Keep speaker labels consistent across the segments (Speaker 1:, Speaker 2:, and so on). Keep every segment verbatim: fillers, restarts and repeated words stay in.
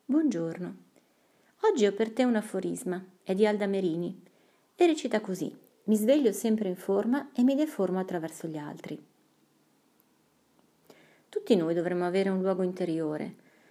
Speaker 1: Buongiorno. Oggi ho per te un aforisma, è di Alda Merini e recita così: mi sveglio sempre in forma e mi deformo attraverso gli altri. Tutti noi dovremmo avere un luogo interiore,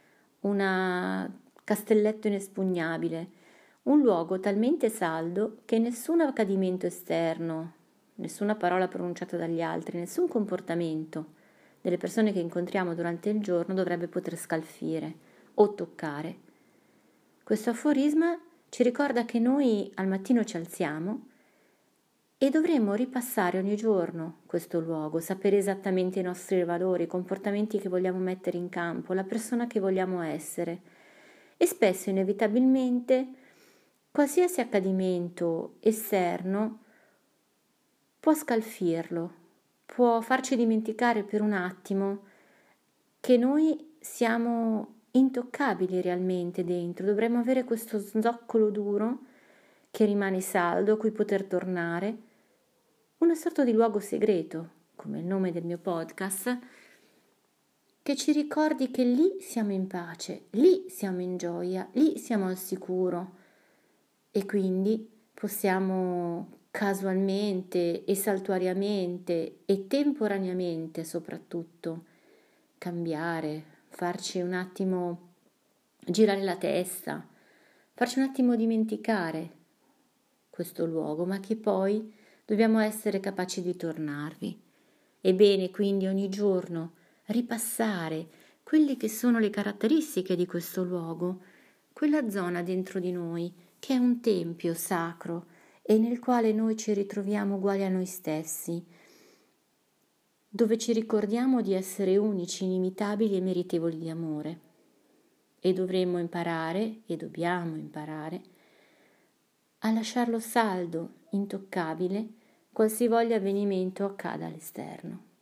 Speaker 1: un castelletto inespugnabile, un luogo talmente saldo che nessun accadimento esterno, nessuna parola pronunciata dagli altri, nessun comportamento delle persone che incontriamo durante il giorno dovrebbe poter scalfire o toccare. Questo aforisma ci ricorda che noi al mattino ci alziamo e dovremmo ripassare ogni giorno questo luogo, sapere esattamente i nostri valori, i comportamenti che vogliamo mettere in campo, la persona che vogliamo essere. E spesso, inevitabilmente, qualsiasi accadimento esterno può scalfirlo, può farci dimenticare per un attimo che noi siamo intoccabili realmente dentro. Dovremmo avere questo zoccolo duro che rimane saldo, a cui poter tornare, una sorta di luogo segreto, come il nome del mio podcast, che ci ricordi che lì siamo in pace, lì siamo in gioia, lì siamo al sicuro e quindi possiamo casualmente e saltuariamente e temporaneamente soprattutto cambiare, farci un attimo girare la testa, farci un attimo dimenticare questo luogo, ma che poi dobbiamo essere capaci di tornarvi. È bene quindi ogni giorno ripassare quelle che sono le caratteristiche di questo luogo, quella zona dentro di noi che è un tempio sacro e nel quale noi ci ritroviamo uguali a noi stessi, dove ci ricordiamo di essere unici, inimitabili e meritevoli di amore. E dovremmo imparare, e dobbiamo imparare, a lasciarlo saldo, intoccabile, qualsivoglia avvenimento accada all'esterno.